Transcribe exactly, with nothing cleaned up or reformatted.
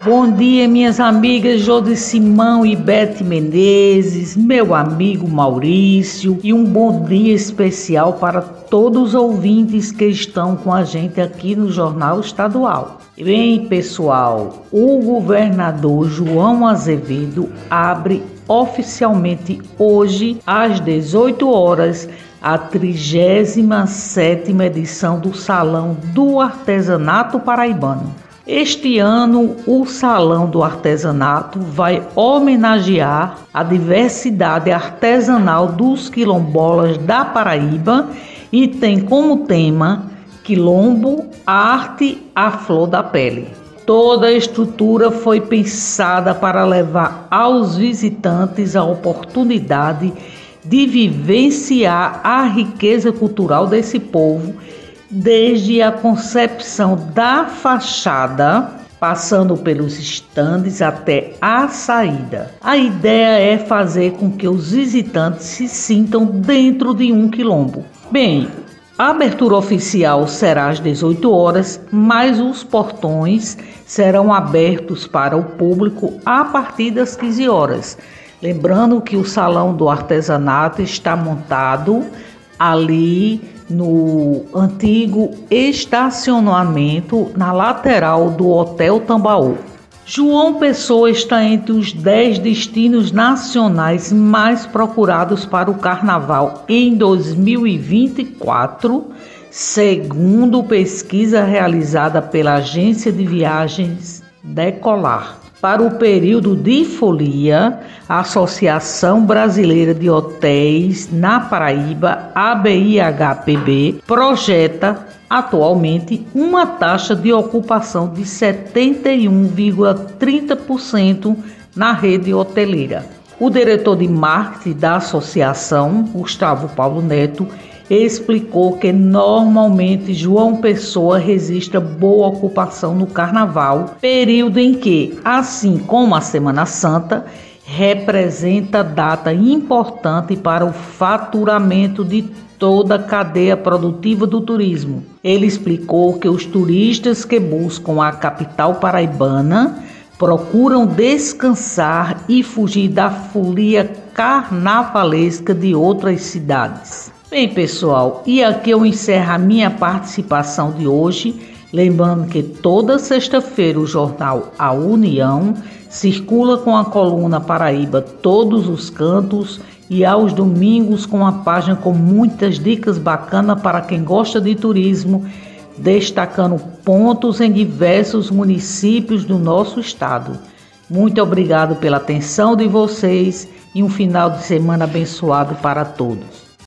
Bom dia, minhas amigas Jode Simão e Beth Menezes, meu amigo Maurício, e um bom dia especial para todos os ouvintes que estão com a gente aqui no Jornal Estadual. Bem, pessoal, o governador João Azevedo abre oficialmente hoje, às dezoito horas, a trigésima sétima edição do Salão do Artesanato Paraibano. Este ano, o Salão do Artesanato vai homenagear a diversidade artesanal dos quilombolas da Paraíba e tem como tema Quilombo, Arte à Flor da Pele. Toda a estrutura foi pensada para levar aos visitantes a oportunidade de vivenciar a riqueza cultural desse povo, desde a concepção da fachada, passando pelos estandes até a saída. A ideia é fazer com que os visitantes se sintam dentro de um quilombo. Bem, a abertura oficial será às dezoito horas, mas os portões serão abertos para o público a partir das quinze horas. Lembrando que o Salão do Artesanato está montado ali no antigo estacionamento na lateral do Hotel Tambaú. João Pessoa está entre os dez destinos nacionais mais procurados para o Carnaval em dois mil e vinte e quatro, segundo pesquisa realizada pela agência de viagens Decolar. Para o período de folia, a Associação Brasileira de Hotéis na Paraíba, A B I H P B, projeta atualmente uma taxa de ocupação de setenta e um vírgula trinta por cento na rede hoteleira. O diretor de marketing da associação, Gustavo Paulo Neto, explicou que normalmente João Pessoa registra boa ocupação no Carnaval, período em que, assim como a Semana Santa, representa data importante para o faturamento de toda a cadeia produtiva do turismo. Ele explicou que os turistas que buscam a capital paraibana procuram descansar e fugir da folia carnavalesca de outras cidades. Bem, pessoal, e aqui eu encerro a minha participação de hoje, lembrando que toda sexta-feira o jornal A União circula com a coluna Paraíba Todos os Cantos e aos domingos com a página com muitas dicas bacanas para quem gosta de turismo, destacando pontos em diversos municípios do nosso estado. Muito obrigado pela atenção de vocês e um final de semana abençoado para todos.